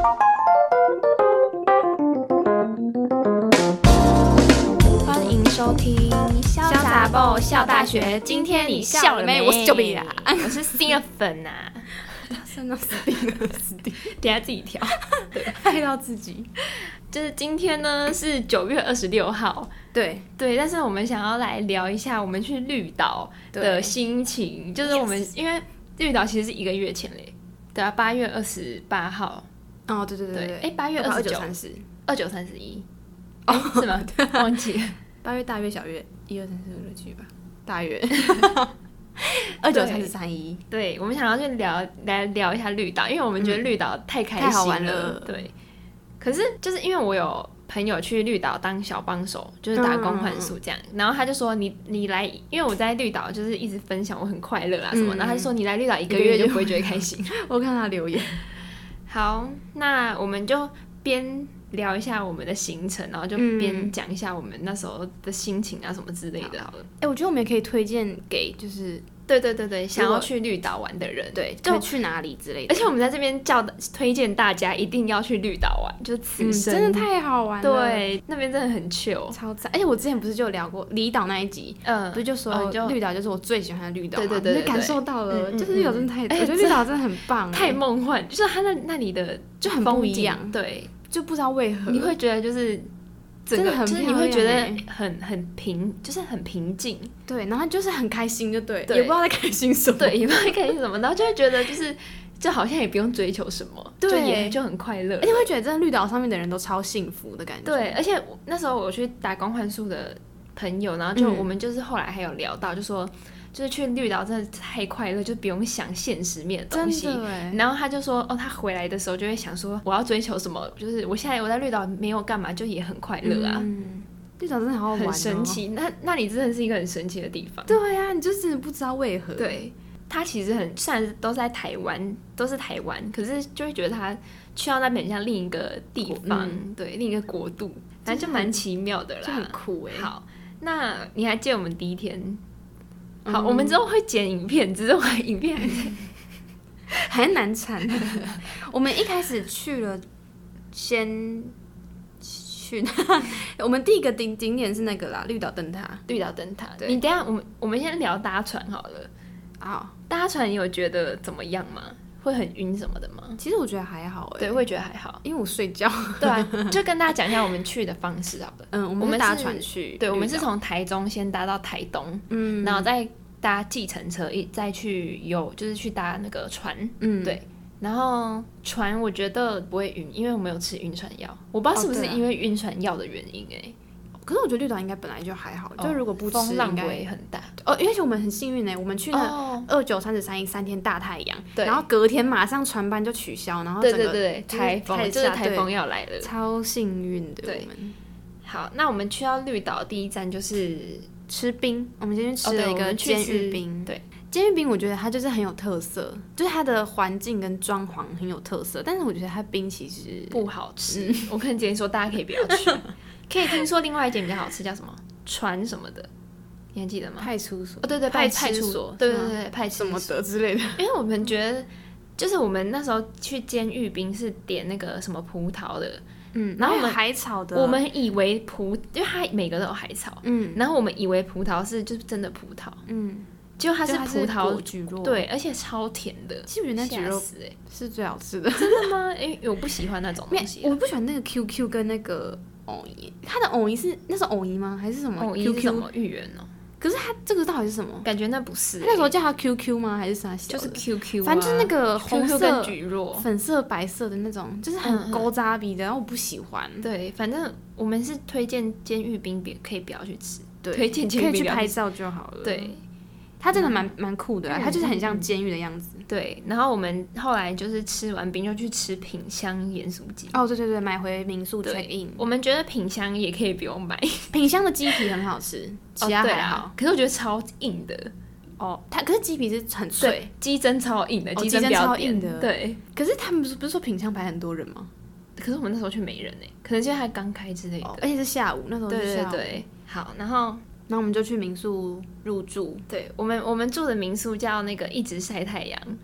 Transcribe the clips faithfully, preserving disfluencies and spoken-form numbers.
欢迎收听潇洒爆笑大学，今天你笑了没？ 我是九比啦， 我是新的粉啊。 真的死定了，死定了， 等一下自己调， 对，害到自己。 就是今天呢是九月二十六号， 对对，但是我们想要来聊一下我们去绿岛的心情，就是我们、yes. 因为绿岛其实是一个月前嘞，对啊，八月二十八号， 哦，对对对对， 哎，八月二十九、 三十、 二九、三十一，哦，是吗？忘记了， 八月大月小月，一二三四五六七吧，大月。二九三十三一， 对，我们想要去聊来聊一下绿岛，因为我们觉得绿岛太开心了， 太好玩了。 对，可是就是因为我有朋友去绿岛当小帮手，就是打工换宿这样，嗯、然后他就说你你来，因为我在绿岛就是一直分享我很快乐啊什么，嗯、然后他就说你来绿岛一个月就不会觉得开心。 我看他留言。 好，那我们就边聊一下我们的行程，然后就边讲一下我们那时候的心情啊什么之类的。好了， 哎、欸，我觉得我们也可以推荐给就是对对对对想要去绿岛玩的人， 对，就去哪里之类的。 而且我们在这边叫推荐大家一定要去绿岛玩，就此生、 嗯、真的太好玩了。 对，那边真的很 chill， 超赞。而且我之前不是就有聊过离岛那一集，嗯，不是就说、哦、绿岛就是我最喜欢的绿岛嘛，对对 对, 对, 对，就感受到了，嗯、就是绿岛真的太，嗯、我觉得绿岛真的很棒， 太梦幻，就是它那那里的就很不一样， 对。 就不知道为何你会觉得就是整个真的很、 就是你会觉得很很平，就是很平静， 对，然后就是很开心，就 对, 对，也不知道在开心什么， 对，也不知道在开心什么，然后就会觉得就是就好像也不用追求什么，对，就也就很快乐， 而且会觉得真的绿岛上面的人都超幸福的感觉， 对，而且那时候我去打工换宿的朋友，然后就、嗯、我们就是后来还有聊到，就说。就是去绿岛真的太快乐，就不用想现实面的东西。 真的耶。 然后他就说，哦，他回来的时候就会想说，我要追求什么？就是我现在我在绿岛没有干嘛，就也很快乐啊。 嗯，绿岛真的好好玩、哦， 很神奇。那那里真的是一个很神奇的地方。 对啊，你就真的不知道为何。 对，他其实很虽然都在台湾，都是台湾，可是就会觉得他去到那边很像另一个地方，嗯、对，另一个国度，反正就蛮奇妙的啦， 就很酷哎。 好，那你还记得我们第一天？好、嗯，我们之后会剪影片，只是我的影片还在还难产。我们一开始去了，先去我们第一个景景点是那个啦，绿岛灯塔。 绿岛灯塔，你等一下，我们我们先聊搭船好了。 好， 搭船你有觉得怎么样吗？会很晕什么的吗？ 其实我觉得还好、欸， 对，我也觉得还好， 因为我睡觉。 对啊，就跟大家讲一下我们去的方式好了。 嗯，我们是搭船去， 对，我们是从台中先搭到台东，嗯，然后再搭计程车，一再去游，就是去搭那个船，嗯，对。然后船我觉得不会晕，因为我们有吃晕船药，我不知道是不是因为晕船药的原因哎、欸。 可是我觉得绿岛应该本来就还好，哦、就如果不吃， 风浪不会很大哦。因为我们很幸运呢、欸，我们去了二九三十三一三天大太阳，然后隔天马上船班就取消，然后整个对对对台风就是台风要来了， 超幸运的。 对，我们好，那我们去到绿岛第一站就是吃冰，我们先去吃了一个监狱冰， 对。 监狱冰我觉得它就是很有特色，就是它的环境跟装潢很有特色，但是我觉得它冰其实不好吃。嗯、我跟建议说大家可以不要去，可以听说另外一间比较好吃，叫什么船什么的，你还记得吗？ 派出所， 哦对对，派派出所，对对对，派出所什么的之类的。 因为我们觉得，就是我们那时候去监狱冰是点那个什么葡萄的。 嗯，然后我们海草的， 我们以为葡，因为它每个都有海草，嗯，然后我们以为葡萄是就是真的葡萄，嗯。结果它是葡萄蒟蒻， 对，而且超甜的。 其实我觉得那蒟蒻是最好吃的。 真的吗？因为我不喜欢那种东西、啊。 我不喜欢那个 Q Q 跟那个藕姨，它的藕姨是那是藕姨吗？还是什么 ？Q Q 是什么芋圆哦？ 可是它这个到底是什么？ 感觉那不是、欸。 那时候叫它 Q Q 吗？还是啥？ 就是 Q Q，、啊、 反正就是那个红色、 跟蒟蒻、 粉色、白色的那种，就是很勾扎鼻的，然后我不喜欢。 对，反正我们是推荐监狱冰，别可以不要去吃。 对， 推荐监狱冰可以去拍照就好了。 对。 它真的蛮蛮酷的、啊，它就是很像监狱的样子。 对，然后我们后来就是吃完冰就去吃品香盐酥鸡。 哦，对对对，买回民宿 check in。 我们觉得品香也可以不用买， 品香的鸡皮很好吃，其他还好。 哦、可是我觉得超硬的。 哦，它可是鸡皮是很脆， 鸡胗超硬的，鸡胗、 哦、超硬的。 对， 可是他们不是不是说品香排很多人吗？ 可是我们那时候却没人哎、欸，可能现在还刚开之类的、哦， 而且是下午，那时候是下午。 对对对，好，然后。 然后我们就去民宿入住， 对我们我们住的民宿叫那个一直晒太阳，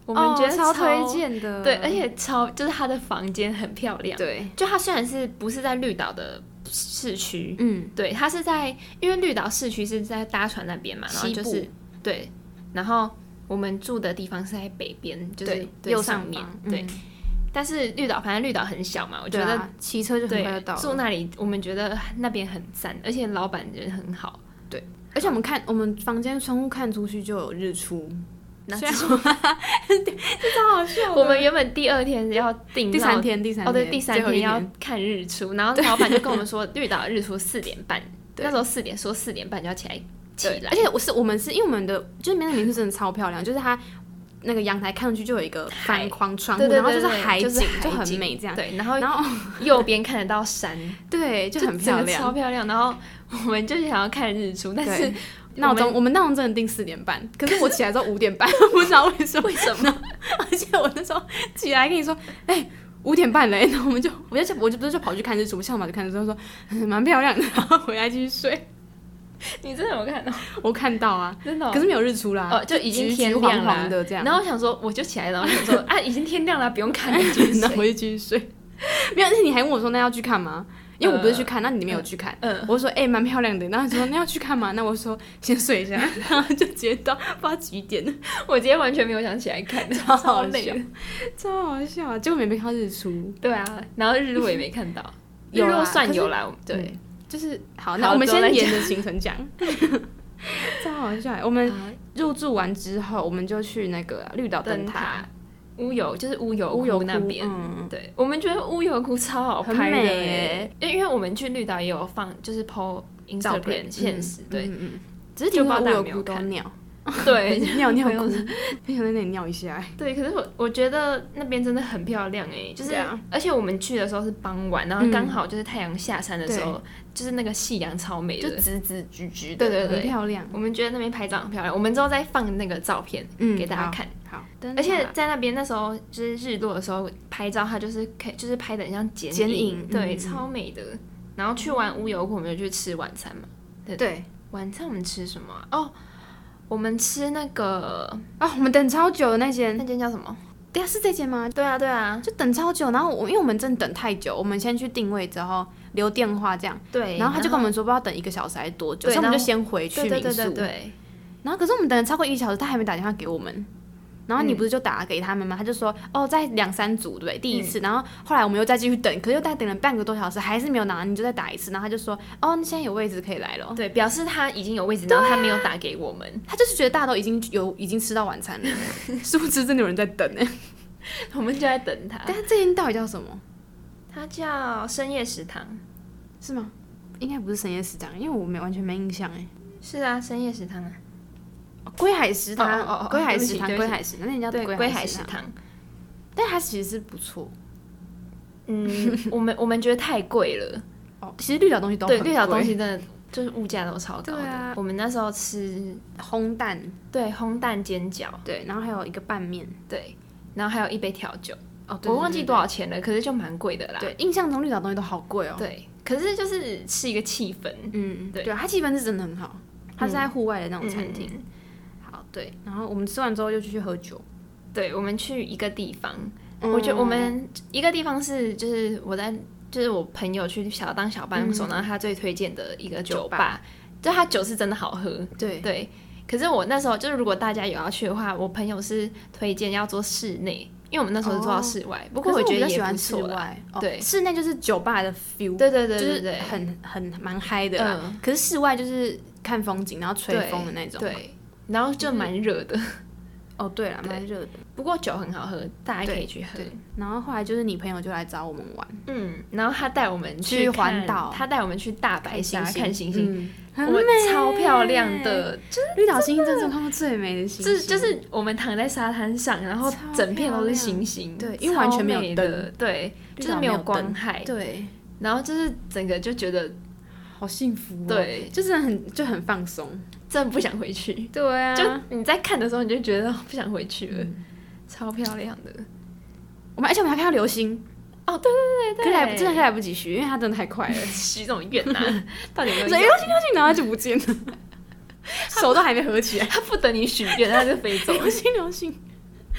我们觉得超推荐的， 对，而且超就是它的房间很漂亮， 对， 就它虽然是不是在绿岛的市区， 嗯， 对，它是在因为绿岛市区是在搭船那边嘛，然后就是对，然后我们住的地方是在北边，就是右上面，对。嗯，但是绿岛，反正绿岛很小嘛，我觉得骑、啊、车就很快就到了。住那里，我们觉得那边很赞，而且老板人很好。 对，而且我们看我们房间窗户看出去就有日出，那这超好笑。 我们原本第二天要订， 第三天第三天哦对，第三天要看日出，然后老板就跟我们说，绿岛日出四点半，那时候四点说四点半就要起来起来。 而且我是我们是因为我们的就是那个民宿真的超漂亮，就是它。那个阳台看上去就有一个翻框窗户，然后就是海景，就是、就很美这样。 对，然后然后右边看得到山， 对，就很漂亮， 超漂亮。然后我们就想要看日出，但是闹钟我们闹钟真的定四点半，可是我起来之后五点半，不知道为什么。 为什么？ 而且我那时候起来跟你说，哎、欸。五点半嘞，然后我们就，我就我就不是就跑去看日出，我下午就看日出，说蛮漂亮的，然后回来继续睡。 你真的有看到？ 我看到啊， 真的、哦， 可是没有日出啦， 哦，就已经天亮了，橘橘黄黄的这样。然后我想说，我就起来，然后想说，啊，已经天亮了，不用看了， 然后我就继续睡。没有，但是你还问我说，那要去看吗？因为我不是去看，那你没有去看。嗯，我说，哎、欸，蛮漂亮的。然后你说，那要去看吗？那我说，先睡一下，然后就直接到不知道几点了。 我今天完全没有想起来看， 超好笑，超好笑啊！结果没没看到日出。 对啊，然后日落也没看到，日落算有啦，对。嗯， 就是好，那我们先沿着行程讲，超好笑。我们入住完之后，我们就去那个绿岛灯塔、 乌游，就是乌游湖那边。嗯，对，我们觉得乌游湖超好拍的， 很美耶。 因为我们去绿岛也有放，就是 po Instagram 现实，对， 嗯嗯，只是听说乌游湖都鸟。 对， 尿尿哭，很想在那里尿一下。 对，可是我我觉得那边真的很漂亮哎，就是、啊、而且我们去的时候是傍晚，然后刚好就是太阳下山的时候，嗯、就是那个夕阳超美的， 就紫紫橘橘的， 对对对， 很漂亮。 我们觉得那边拍照很漂亮，我们之后再放那个照片、嗯、给大家看。 好，好而且在那边那时候就是日落的时候拍照，它就是可以就是拍的很像剪影，对、嗯，超美的。然后去完乌游湖，我们就去吃晚餐嘛。对对，晚餐我们吃什么、啊？哦。我们吃那个啊，我们等超久的那间， 那间叫什么？ 对啊，是这间吗？ 对啊，对啊， 就等超久。然后我因为我们真的等太久，我们先去定位之后留电话这样， 对。 然后他就跟我们说不知道等一个小时还是多久，所以我们就先回去民宿。对对对对对。然后可是我们等了超过一个小时，他还没打电话给我们。然后你不是就打给他们吗？嗯、他就说哦，在两三组对不对？第一次，嗯、然后后来我们又再继续等，可是又再等了半个多小时，还是没有拿，你就再打一次。然后他就说哦，现在有位置可以来了。 对，表示他已经有位置，然后他没有打给我们， 他就是觉得大家都已经有已经吃到晚餐了，殊不知真的有人在等呢。 我们就在等他。 但是这间到底叫什么？ 它叫深夜食堂， 是吗？应该不是深夜食堂，因为我没完全没印象哎。 是啊，深夜食堂啊。 龟海食堂， 哦哦龟海食堂，龟海食堂，那人家对龟海食堂， 但它其实是不错。 嗯，我们我们觉得太贵了。 哦，其实绿岛东西都很贵， 对，绿岛东西真的就是物价都超高的。对啊，我们那时候吃烘蛋， 对，烘蛋煎饺， 对，然后还有一个拌面， 对，然后还有一杯调酒。哦，我忘记多少钱了，可是就蛮贵的啦。 对，印象中绿岛东西都好贵哦。 对，可是就是吃一个气氛，嗯，对， 对，它气氛是真的很好，它是在户外的那种餐厅。对，然后我们吃完之后又去喝酒。 对，我们去一个地方，嗯、我觉得我们一个地方是就是我在就是我朋友去小当小帮手，嗯、然后他最推荐的一个酒吧，酒吧就他酒是真的好喝。对对，可是我那时候就是如果大家有要去的话，我朋友是推荐要做室内，因为我们那时候是做到室外，哦、不过我觉得也不错啦。 哦、对，室内就是酒吧的 feel， 对对对对对， 就是很很蛮嗨的啦。嗯、可是室外就是看风景，然后吹风的那种。 对。对然后就蛮热的， 哦对了，蛮热的。 不过酒很好喝，大家可以去喝。 然后后来就是你朋友就来找我们玩， 嗯，然后他带我们去环岛， 他带我们去大白鲨看星星， 嗯、 我们超漂亮的，就是绿岛星星真的看过最美的星星， 就是我们躺在沙滩上，然后整片都是星星， 对，因为完全没有灯， 对，就是没有光害， 对， 然后就是整个就觉得好幸福哦， 对， 就是很就很放松。 真的不想回去， 对啊， 就你在看的时候，你就觉得不想回去了，嗯、超漂亮的。 我们而且我们还看到流星， 哦，对对对对， 可来真的来不及许，因为它真的太快了， 许这种愿啊，到底有没有？ 流星流星，然后就不见了，手都还没合起来， 它不等你许愿，它就飞走了。 流星流星，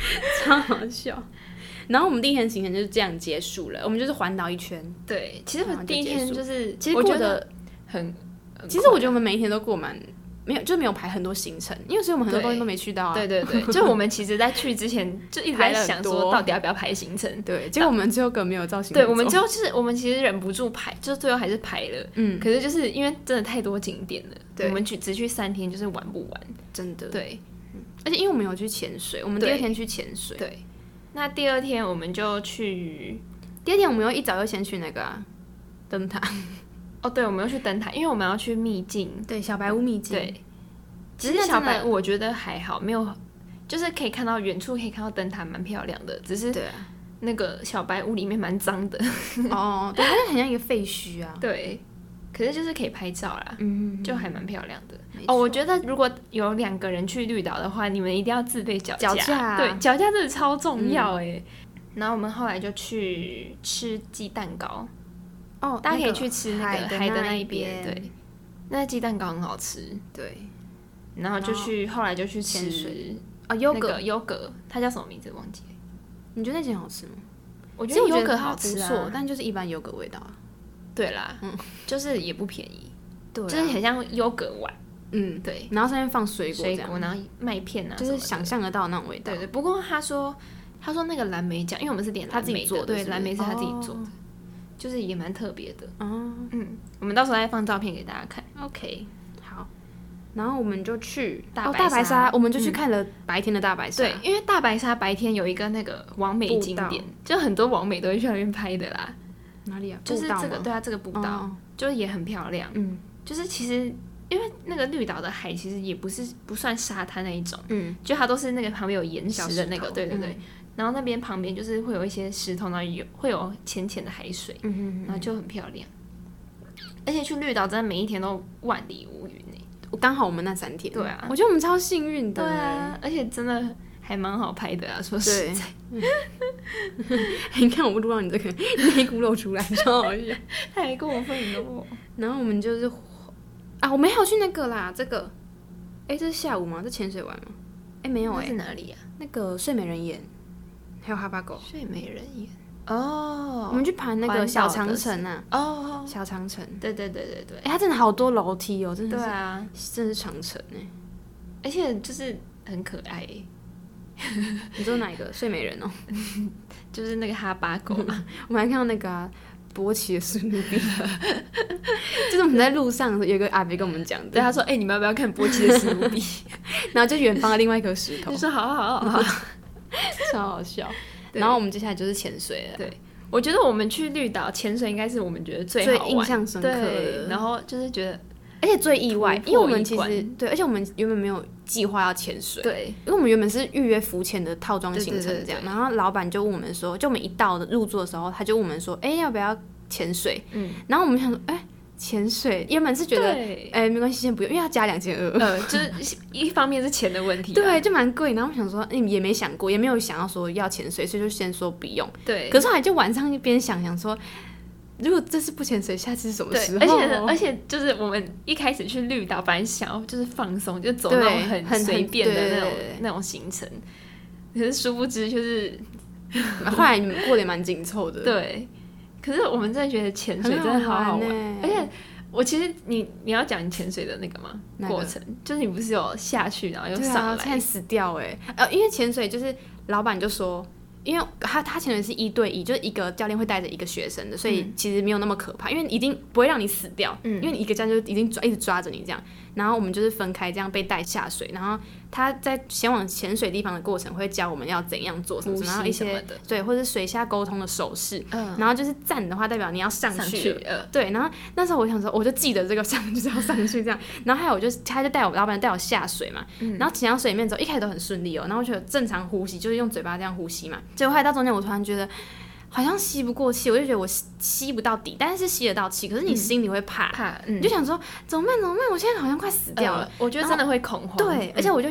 超好笑。然后我们第一天行程就是这样结束了，我们就是环岛一圈。 对，其实我第一天就是其实过得很， 其实我觉得我们每一天都过蛮没有，就没有排很多行程，因为所以我们很多东西都没去到啊。 对对对，就我们其实在去之前就一直在想说到底要不要排行程。 对，结果我们最后根本没有照行程。 对，我们最后就是我们其实忍不住排，就最后还是排了。 嗯， 可是就是因为真的太多景点了，我们只只去三天就是玩不完， 真的。 对， 而且因为我们有去潜水，我们第二天去潜水。 对。那第二天我们就去， 第二天我们又一早又先去那个啊灯塔。 哦，对，我们又去灯塔，因为我们要去秘境。 对，小白屋秘境。 对，其实小白屋我觉得还好，没有，就是可以看到远处可以看到灯塔，蛮漂亮的。只是那个小白屋里面蛮脏的。 哦，对，它就很像一个废墟啊。 对，可是就是可以拍照啦， 嗯， 就还蛮漂亮的。哦，我觉得如果有两个人去绿岛的话，你们一定要自备脚架。 脚架， 对，脚架真的超重要哎、嗯。然后我们后来就去吃鸡蛋糕。 哦， 大家可以去吃那个海的那一边， 对， 那鸡蛋糕很好吃。 对， 然后就去，后来就去吃哦优格， 优格，它叫什么名字忘记了？ 你觉得那间好吃吗？ 我觉得优格好吃啊，但就是一般优格味道啊。 对啦，嗯，就是也不便宜， 对， 就是很像优格碗。 嗯，对，然后上面放水果， 水果，然后麦片啊， 就是想象得到那种味道。 对对，不过他说，他说那个蓝莓酱，因为我们是点蓝莓的，对，蓝莓是他自己做的，就是也蛮特别的。哦，嗯，我们到时候再放照片给大家看。 OK， 好，然后我们就去大白鲨，我们就去看了白天的大白鲨。 对，因为大白鲨白天有一个那个网美景点，就很多网美都会去那边拍的啦。 哪里啊？ 就是这个，对啊，这个步道就是也很漂亮。嗯，就是其实。因为那个绿岛的海其实也不是不算沙滩那一种，嗯，就它都是那个旁边有岩石的那个，对对对，嗯、然后那边旁边就是会有一些石头，然后有会有浅浅的海水，嗯哼哼，然后就很漂亮。而且去绿岛真的每一天都万里无云诶， 刚好我们那三天， 对啊， 我觉得我们超幸运的， 对啊，而且真的还蛮好拍的啊，说实在。 你看我不录到你这个内裤露出来，超好笑， 太过分了。 然后我们就是。啊，我们还有去那个啦，这个，哎，这是下午吗？这潜水完吗？哎，没有哎， 是哪里呀？ 那个睡美人岩，还有哈巴狗。 睡美人岩哦， 我们去爬那个小长城啊。 哦， 小长城。 对对对对对。 哎，它真的好多楼梯哦，真的是。 对啊， 真的是长城哎， 而且就是很可爱。 你说哪一个？睡美人哦， 就是那个哈巴狗嘛。 我们还看到那个啊。波奇的史努比，就是我们在路上有一个阿伯跟我们讲的， 对他说：“哎、欸，你们要不要看波奇的史努比？” 然后就远方的另外一颗石头， 就说：“好好好好， 超好笑。”然后我们接下来就是潜水了。 对，我觉得我们去绿岛潜水应该是我们觉得最好玩、 最印象深刻的。 然后就是觉得， 而且最意外，因为我们其实对，而且我们原本没有计划要潜水， 对， 因为我们原本是预约浮潜的套装行程这样，对对对对，然后老板就问我们说，就我们一到入住的时候，他就问我们说，哎、欸，要不要潜水？嗯，然后我们想说，哎、欸，潜水，原本是觉得，哎、欸，没关系，先不用，因为要加两千二， 呃，就是一方面是钱的问题， 对，就蛮贵，然后我们想说，嗯、欸，也没想过，也没有想要说要潜水，所以就先说不用， 对， 可是后来就晚上一边想想说。如果这次不潜水，下次是什么时候？ 而且而且就是我们一开始去绿岛，本来想要就是放松，就走那种很随便的那种那种行程，可是殊不知就是后来你们过得也蛮紧凑的。 对，可是我们真的觉得潜水真的好好玩，而且我其实你你要讲你潜水的那个吗？过程就是你不是有下去然后又上来， 差点死掉哎、欸！呃，因为潜水就是老板就说。因为他他潜水是一对一，就是一个教练会带着一个学生的，所以其实没有那么可怕，因为一定不会让你死掉，嗯、因为你一个教练就一定抓一直抓着你这样，然后我们就是分开这样被带下水，然后他在前往潜水地方的过程会教我们要怎样做什么，然后一些对或者水下沟通的手势，嗯、然后就是站的话代表你要上去，上去呃、对，然后那时候我想说我就记得这个上就是要上去这样，然后还有我就他就带我老板带我下水嘛，嗯、然后潜到水里面之后一开始都很顺利哦，然后我觉得正常呼吸就是用嘴巴这样呼吸嘛。结果后来到中间，我突然觉得好像吸不过气，我就觉得我吸不到底，但是吸得到气，可是你心里会怕，怕、嗯，你就想说怎么办怎么办？我现在好像快死掉了，呃、 我觉得真的会恐慌。 对，嗯、而且我就觉得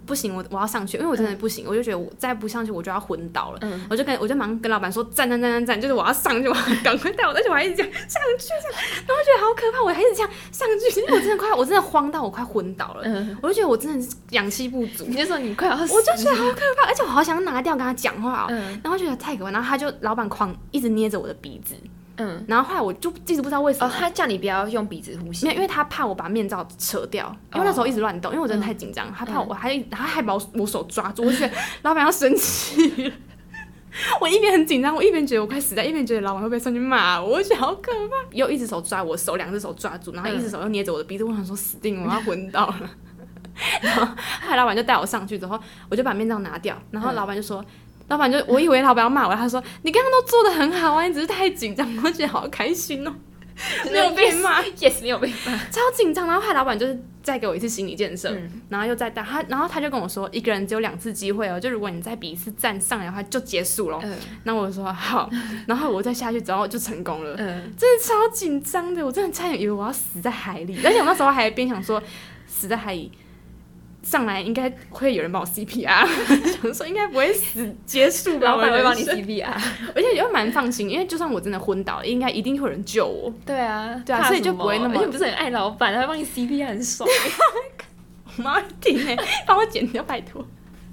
不行，我我要上去，因为我真的不行，嗯、我就觉得我再不上去我就要昏倒了。嗯、我就跟我就马上跟老板说站站站站站，就是我要上去，我赶快带我，而且我还一直这样上去这样，然后我觉得好可怕，我还一直这样上去，因为我真的快，我真的慌到我快昏倒了。嗯、我就觉得我真的是氧气不足。 你就说你快要死， 我就觉得好可怕，而且我好想拿掉跟他讲话、哦嗯、然后觉得太可怕，然后他就老板狂一直捏着我的鼻子。嗯，然后后来我就一直不知道为什么， 哦，他叫你不要用鼻子呼吸， 因为他怕我把面罩扯掉，因为那时候一直乱动，因为我真的太紧张，嗯、他怕我还他还把我我手抓住，我就觉得老板要生气了。我一边很紧张，我一边觉得我快死掉，一边觉得老板会不会上去骂我，我觉得好可怕。又一只手抓我手，两只手抓住，然后一只手又捏着我的鼻子，我想说死定了，我要昏倒了。然后后来老板就带我上去之后，我就把面罩拿掉，然后老板就说。嗯老板就我以为老板要骂我，他说你刚刚都做得很好啊，你只是太紧张，我觉得好开心哦，没有被骂 ，yes 没有被骂， 超紧张。然后后来老板就是再给我一次心理建设，嗯、然后又再带他，然后他就跟我说，一个人只有两次机会哦，就如果你再比一次站上来的话就结束了。嗯，那我就说好，然后我再下去之后就成功了，嗯，真的超紧张的，我真的差点以为我要死在海里，而且我那时候还边想说死在海里。上来应该会有人帮我 C P R， 想说应该不会死结束吧， 老板会帮你 C P R， 而且又蛮放心，因为就算我真的昏倒了，应该一定会有人救我。 对啊， 对啊，所以就不会那么。 而且不是很爱老板，他会帮你 C P R 很爽。 我妈会听哎，帮我剪掉，拜托。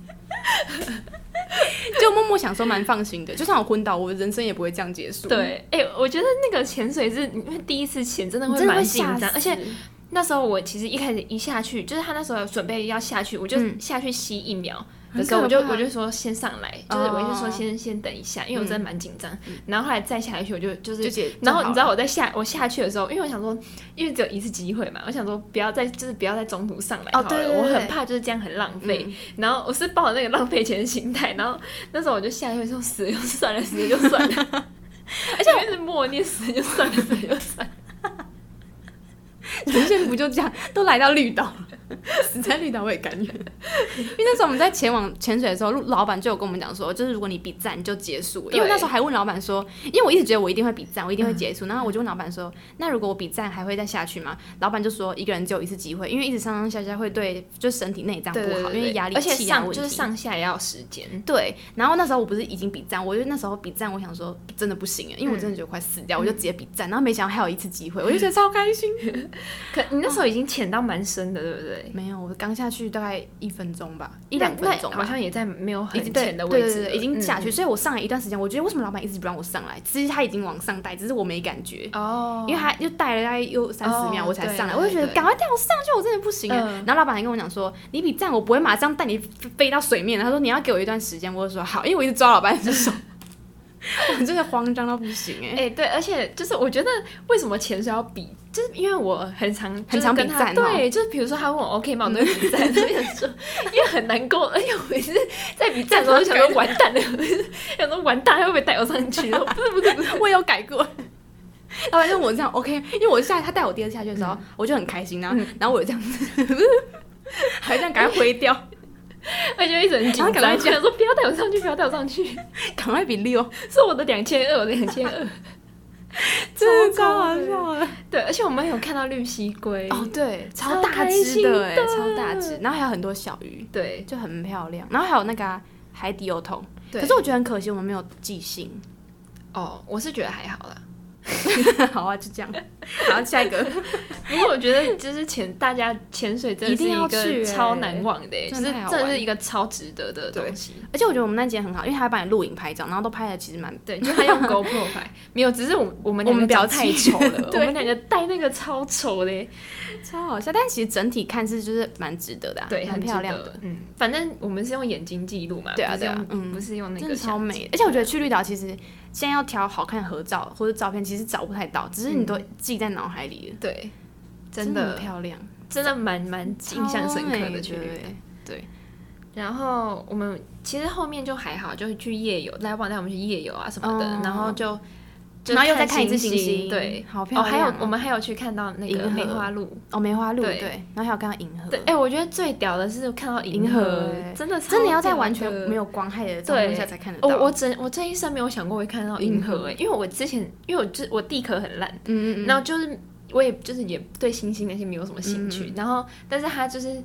就默默想说蛮放心的，就算我昏倒，我人生也不会这样结束。 对，哎、欸，我觉得那个潜水是因为第一次潜，真的会蛮紧张，而且。那时候我其实一开始一下去，就是他那时候准备要下去，我就下去吸一秒的时候，我就我就说先上来，就是我就说先先等一下，因为我真的蛮紧张。嗯、然后后来再下去，我就就是，然后你知道我在下我下去的时候，因为我想说，因为只有一次机会嘛，我想说不要再就是不要在中途上来好了，哦、对对对对我很怕就是这样很浪费。嗯、然后我是抱着那个浪费钱的心态，然后那时候我就下去说死了就算了，死了就算了，而且我一直默念死了就算了，死了就算了。 人生不就这样，都来到绿岛了，死在绿岛我也甘愿。因为那时候我们在前往潜水的时候，老板就有跟我们讲说，就是如果你比赞就结束。因为那时候还问老板说，因为我一直觉得我一定会比赞，我一定会结束。嗯、然后我就问老板说，那如果我比赞还会再下去吗？老板就说一个人只有一次机会，因为一直上上下下会对就身体内脏不好， 对对对因为压力而且气压问题， 就是上下也要时间。 对，然后那时候我不是已经比赞，我就那时候比赞，我想说真的不行了，因为我真的觉得快死掉，嗯、我就直接比赞，然后没想到还有一次机会，我就觉得超开心。 可你那时候已经潜到蛮深的，对不对？ 没有，我刚下去大概一分钟吧，一两分钟吧， 好像也在没有很浅的位置， 对对对，已经下去。嗯、所以我上来一段时间，我觉得为什么老板一直不让我上来？其实他已经往上带，只是我没感觉哦，因为他又带了大概又三十秒我才上来，我就觉得赶快带我上去，我真的不行了。嗯、然后老板还跟我讲说，你比赞我不会马上带你飞到水面，他说你要给我一段时间，我就说好，因为我一直抓老板的手。我真的慌张到不行哎、欸！ 哎、欸，对，而且就是我觉得为什么潜水要比，就是因为我很常很常比赞、哦， 对，就是比如说他问我 OK 吗，我都会比赞，所以想说，因为很难过，而且我每次在比赞的时候就想说完蛋了，想说完蛋，他会不会带我上去？不是不是不是， 我有改过。老板让我这样 OK， 因为我下他带我第二次下去的时候，嗯、我就很开心啊，嗯、然后我就这样子，还这样赶快挥掉。 我就一直很紧张，然后想说不要带我上去，不要带我上去， 赶快比六， 是我的两千二，我的两千二， 真的超好笑的。 对，而且我们有看到绿蜥龟， 哦，对，超大只的哎，超大只，然后还有很多小鱼， 对， 就很漂亮。然后还有那个、啊、海底油桶，可是我觉得很可惜，我们没有寄信。 哦，我是觉得还好啦。 好啊，就这样。好，下一个。 不过我觉得，就是潜大家潜水真的是一个超难忘的、欸，就是真的是一个超值得的东西。 而且我觉得我们那间很好，因为他还帮你录影拍照，然后都拍的其实蛮对，就他用 GoPro 拍，没有，只是我我们两个表太丑了，我们两个戴那个超丑的、欸， 超好笑。但其实整体看是就是蛮值得的、啊， 对， 很漂亮的。 嗯，反正我们是用眼睛记录嘛， 对啊对啊， 嗯，不是用那个超美。而且我觉得去绿岛其实现在要挑好看的合照或者照片，其实找不太到，只是你都记在脑海里了。 对。 真的很漂亮， 真的蛮蛮印象深刻的去绿岛。 对， 然后我们其实后面就还好，就去夜游，来往带我们去夜游啊什么的，哦、然后就。 然后又再看一次星星， 对， 好漂亮、哦。 还有我们还有去看到那个梅花鹿， 哦，梅花鹿，对，然后还有看到银河。 对，哎、欸，我觉得最屌的是看到银河，真的真的要在完全没有光害的状况下才看得到。 我我真我这一生没有想过会看到银河、欸，哎，因为我之前因为我就我地壳很烂，嗯嗯，然后就是我也就是也对星星那些没有什么兴趣，嗯嗯然后但是他就是。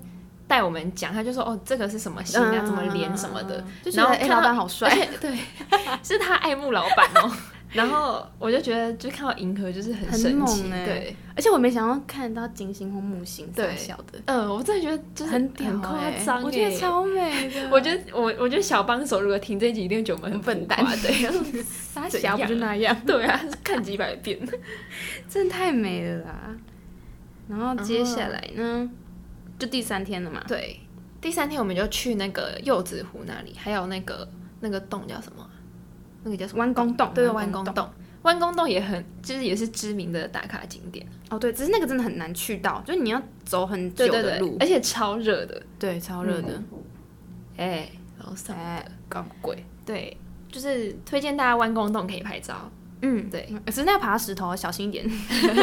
带我们讲，他就说哦这个是什么星啊，嗯、怎么连什么的， 就觉得哎、欸、老板好帅， 对，是他爱慕老板哦。然后我就觉得，就看到银河就是很神奇， 欸、 对， 而且我没想到看得到金星或木星，对，小的， 嗯、呃，我真的觉得就是很很夸张， 我觉得超美的。 我觉得我我觉得小帮手如果听这集，一定觉得我们很笨蛋，对， 傻小不就那样？ 对啊，看几百遍， 真的太美了啦。然后接下来呢，就第三天了嘛， 对，第三天我们就去那个柚子湖那里，还有那个那个洞叫什么？那个叫什么？ 弯弓洞， 对，弯弓洞，弯弓洞也很，就是也是知名的打卡景点。 哦，对，只是那个真的很难去到，就是你要走很久的路， 对对对，而且超热的， 对，超热的。 哎、嗯，欸，然后上的高贵， 对，就是推荐大家弯弓洞可以拍照。 嗯， 对， 只是那要爬石头，小心一点。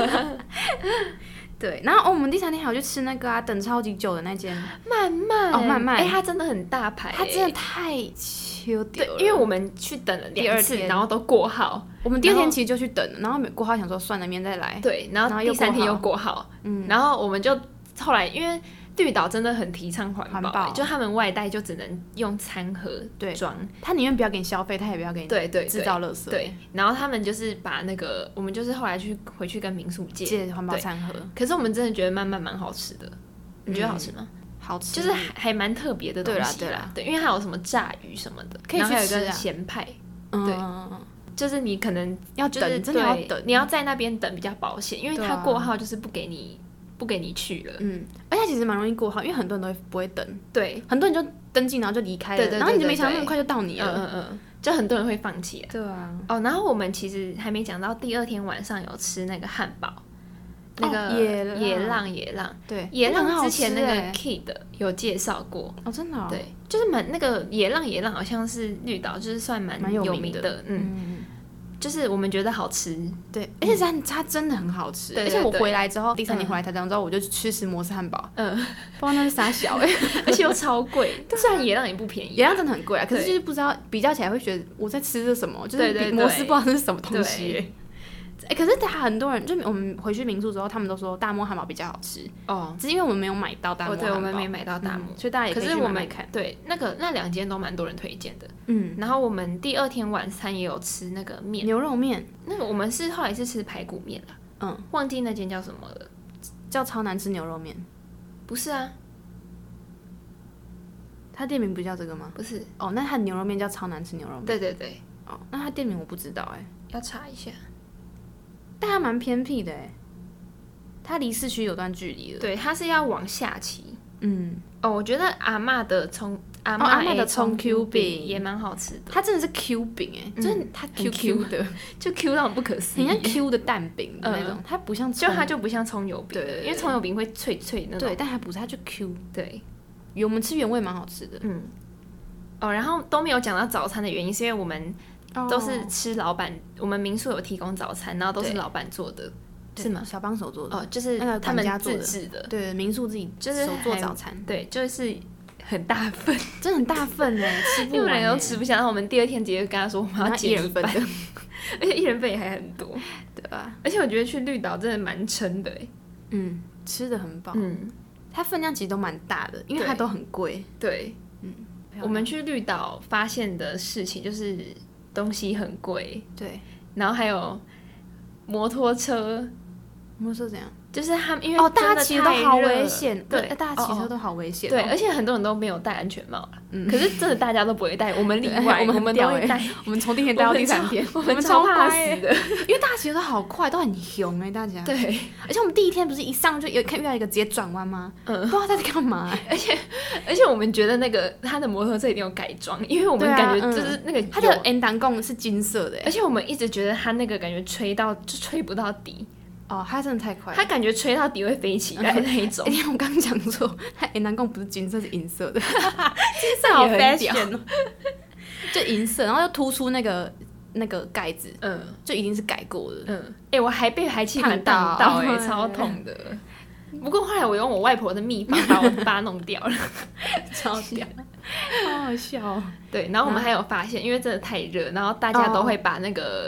对，然后、哦、我们第三天还有去吃那个啊，等超级久的那间慢慢哦，慢慢， 哎、欸，它真的很大牌、欸， 它真的太秋掉了。 对，因为我们去等了两次，然后都过号。 我们第二天其实就去等了，然后过号想说算了，明天再来。 对，然后第三天又过号，嗯，然后我们就后来因为绿岛真的很提倡环保、欸，就他们外带就只能用餐盒装， 他宁愿不要给你消费，他也不要给你对对制造垃圾。 对，然后他们就是把那个，我们就是后来去回去跟民宿借借环保餐盒。 可是我们真的觉得慢慢蛮好吃的，你觉得好吃吗？ 嗯、好吃， 就是还蛮特别的东西啦。 对啦， 对，因为还有什么炸鱼什么的， 可以去吃啊。 然后还有一个咸派， 嗯、 对。就是你可能要等，就是、真的要等， 你要在那边等比较保险，因为他过号就是不给你。不给你去了， 嗯，而且其实蛮容易过号，因为很多人都不会等， 对， 很多人就登记然后就离开了， 对对对对对， 然后你就没想到那么快就到你了， 嗯嗯嗯，就很多人会放弃了， 对啊， 哦，然后我们其实还没讲到第二天晚上有吃那个汉堡，那个野野浪野浪， 对， 野浪之前那个 Kid 有介绍过， 哦，真的、哦， 对，就是蛮那个野浪野浪好像是绿岛就是算蛮有名的，嗯。嗯就是我们觉得好吃， 对，而且它它真的很好吃， 对对对， 而且我回来之后，第三年回来台中之后，我就去吃摩斯汉堡，嗯，不知道那是啥小哎、 欸，而且又超贵，虽然野浪也不便宜， 野浪真的很贵啊，可是就是不知道比较起来会觉得我在吃这什么，就是比摩斯不知道那是什么东西、欸。哎、欸，可是他很多人就我们回去民宿之后，他们都说大漠汉堡比较好吃哦，只是因为我们没有买到大漠汉堡， 哦，对，我们没买到大漠、嗯， 所以大家也可以去买买看。 对，那个那两间都蛮多人推荐的，嗯。然后我们第二天晚餐也有吃那个面， 牛肉面。 那个我们是后来是吃排骨面啦，嗯，忘记那间叫什么了， 叫超难吃牛肉面。 不是啊， 他店名不叫这个吗？ 不是， 哦，那他的牛肉面叫超难吃牛肉面。 对对对， 哦，那他店名我不知道哎、欸， 要查一下。 但它蛮偏僻的哎，它离市区有段距离了。 对，它是要往下骑。嗯，哦，我觉得阿嬷的葱阿嬷、 哦、阿嬷的葱 Q 饼也蛮好吃的。 它真的是 Q 饼哎、嗯，就是它 Q Q 的， 就 Q 到很不可思议， 很像 Q 的蛋饼的那种。嗯、它不像就它就不像葱油饼， 对, 对, 对， 因为葱油饼会脆脆那种。 对，但它不是，它就 Q。 对， 我们吃原味蛮好吃的。嗯。 哦，然后都没有讲到早餐的原因，是因为我们。都是吃老板，我们民宿有提供早餐，然后都是老板做的，是吗？ 小帮手做的， 哦，就是他们自制的， 对，民宿自己就是手做早餐， 对，就是很大份， 真的很大份哎，吃不完， 因为人都吃不下。然后我们第二天直接跟他说我们要减一半，而且一人份也还很多， 对吧？ 而且我觉得去绿岛真的蛮撑的哎， 嗯，吃的很饱，嗯，它分量其实都蛮大的，因为它都很贵， 对，嗯，我们去绿岛发现的事情就是。东西很贵， 对， 然后还有摩托车， 摩托车怎样？ 就是他们因为哦，大家骑都好危险，对，大家骑车都好危险， 对，而且很多人都没有戴安全帽啦，嗯，可是真的大家都不会戴，我们例外，我们我们都会戴， 我们从第一天戴到第三天， 我们超怕死的， 因为大家骑都好快，都很凶哎，大家， 对， 而且我们第一天不是一上就有看遇到一个直接转弯吗？嗯，不知道他在干嘛， 而且而且我们觉得那个他的摩托车一定有改装，因为我们感觉就是那个他的 N 档弓是金色的， 而且我们一直觉得他那个感觉吹到就吹不到底。 哦，它真的太快了， 它感觉吹到底会飞起来那一种。 因为我刚刚讲说，它银南贡不是金色，是银色的， 金色好 fashion 哦， 就银色，然后又突出那个那个盖子，嗯，就一定是改过的， 嗯，哎、欸，我还被排气管烫到、欸，哎，超痛的。不过后来我用我外婆的秘方把我把它弄掉了，超屌， 好好笑、哦。 对，然后我们还有发现，因为真的太热，然后大家都会把那个。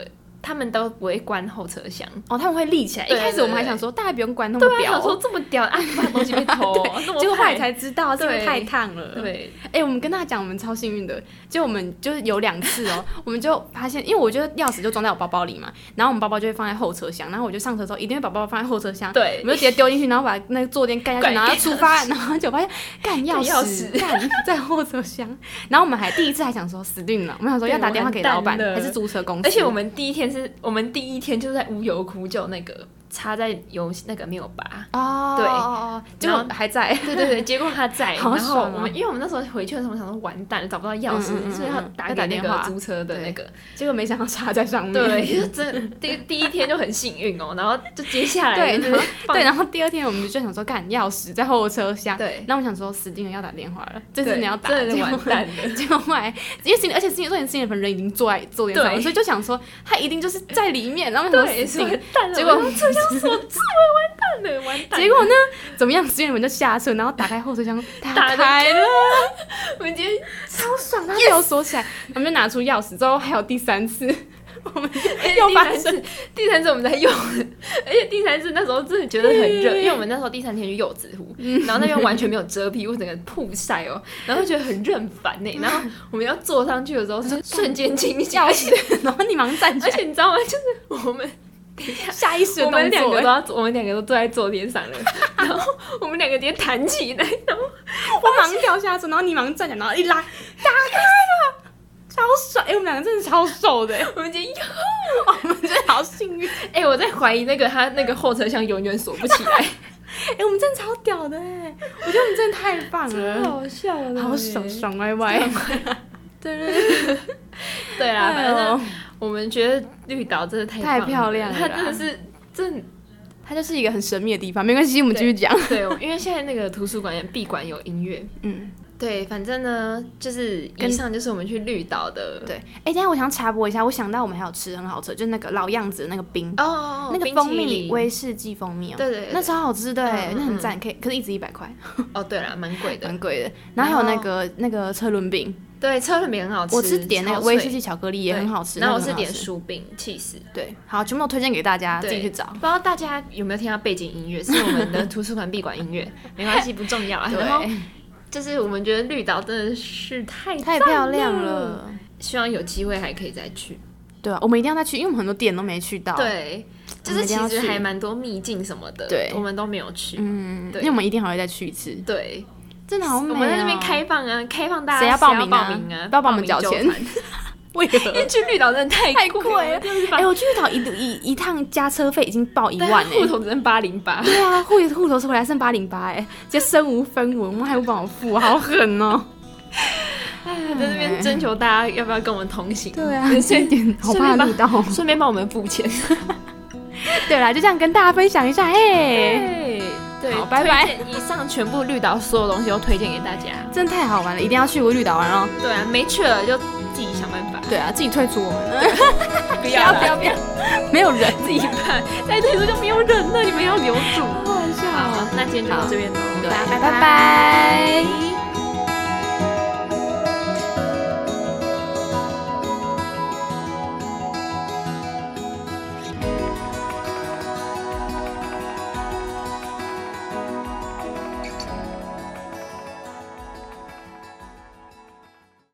他们都不会关后车厢哦，他们会立起来。一开始我们还想说，大家不用关那么屌， 想说这么屌啊，怕东西被偷， 结果后来才知道是因为太烫了。 对， 哎，我们跟大家讲，我们超幸运的，就我们就是有两次哦，我们就发现，因为我觉得钥匙就装在我包包里嘛，然后我们包包就会放在后车厢，然后我就上车之后一定会把包包放在后车厢， 对， 我们就直接丢进去，然后把那个坐垫盖下去，然后出发，然后就发现干钥匙干在后车厢，然后我们还第一次还想说死定了，我们想说要打电话给老板还是租车公司， 而且我们第一天是我们第一天就是在无油库就那个插在油那个没有拔哦，对，结果还在， 对对对，结果他在， 好爽啊、 然后我们因为我们那时候回去的时候想说完蛋了，找不到钥匙，嗯嗯嗯所以要打给那个租车的那个， 结果没想到插在上面， 对，真第第一天就很幸运哦，然后就接下来对对，然后第二天我们就想说干钥匙在后车厢， 对， 然后我想说死定了要打电话了，这次你要打， 真的完蛋了， 结果后来因为心而且心里重点心里的人已经坐在坐垫上，所以就想说他一定就是在里面，然后对， 死定了， 结果车厢锁住了。完蛋了，完蛋了！ 结果呢？怎么样？实验人就下车，然后打开后车厢，打开了。 我们今天超爽，他没有锁起来，我们就拿出钥匙。之后还有第三次，我们又发生第三次我们在用，而且第三次那时候真的觉得很热，因为我们那时候第三天去柚子湖，然后那边完全没有遮蔽，我整个曝晒哦，然后觉得很认烦呢。然后我们要坐上去的时候，是瞬间惊吓， 然后你忙站起来， 而且你知道吗？就是我们。等一下， 下意识的动作， 我们两个都要，我们两个都坐在坐垫上了，然后我们两个直接弹起来，然后我忙掉下车，然后你忙站起来，然后一拉，打开了，超爽！哎、欸，我们两个真的超瘦的， 我们今天我们真的好幸运。 哎、欸，我在怀疑那个他那个后车厢永远锁不起来。 哎、欸，我们真的超屌的哎！我觉得我们真的太棒了， 超好笑的， 好爽爽歪歪。对对对， 对啦，反正我们觉得绿岛真的太太漂亮了， 它真的是真， 它就是一个很神秘的地方。没关系，我们继续讲。 对，因为现在那个图书馆闭馆有音乐，嗯，对，反正呢，就是以上就是我们去绿岛的。 对，哎、欸，等一下我想插播一下，我想到我们还有吃很好吃，就是那个老样子的那个冰哦， 那个蜂蜜威士忌蜂蜜哦， 对 对, 對， 那超好吃的，哎、嗯，那很赞， 嗯、 可以，可是一支一百块。 哦，对啦，蛮贵的， 蛮贵的。然后还有那个那个车轮饼。 对，车轮饼很好吃， 我是点那个威士忌巧克力也很好吃， 然后我是点薯饼、起司。 对，好，全部都推荐给大家，自己去找。 不知道大家有没有听到背景音乐？是我们的图书馆闭馆音乐，没关系，不重要啊。然后就是我们觉得绿岛真的是太太漂亮了， 希望有机会还可以再去。 对啊，我们一定要再去，因为我们很多店都没去到。 对，就是其实还蛮多秘境什么的，对，我们都没有去。 嗯，对，因为我们一定还会再去一次。 对。 真的好美、喔！ 我们在那边开放啊，开放大家谁要报名啊？名啊不要帮我们缴钱。为何？ 因为去绿岛真的太太贵了。哎、欸，我去绿岛一一一趟加车费已经报一万哎、欸， 户头只剩八零八。 对啊，户户头是回来剩八零八哎，直接身无分文，我们还不帮我付，好狠哦、喔！ 哎，在那边征求大家要不要跟我们同行？ 对啊，这一点好怕绿岛， 顺便帮我们付钱。 对啦，就这样跟大家分享一下，哎。 对， 好，拜拜！ 以上全部绿岛所有东西都推荐给大家， 真的太好玩了，一定要去过绿岛玩哦。 对啊，没去了就自己想办法。 对啊，自己退出我们。 不要不要不要， 没有人自己办，再退出就没有人了，你们要留住。 好好笑。 好，那今天就到这边喽， 对，拜拜。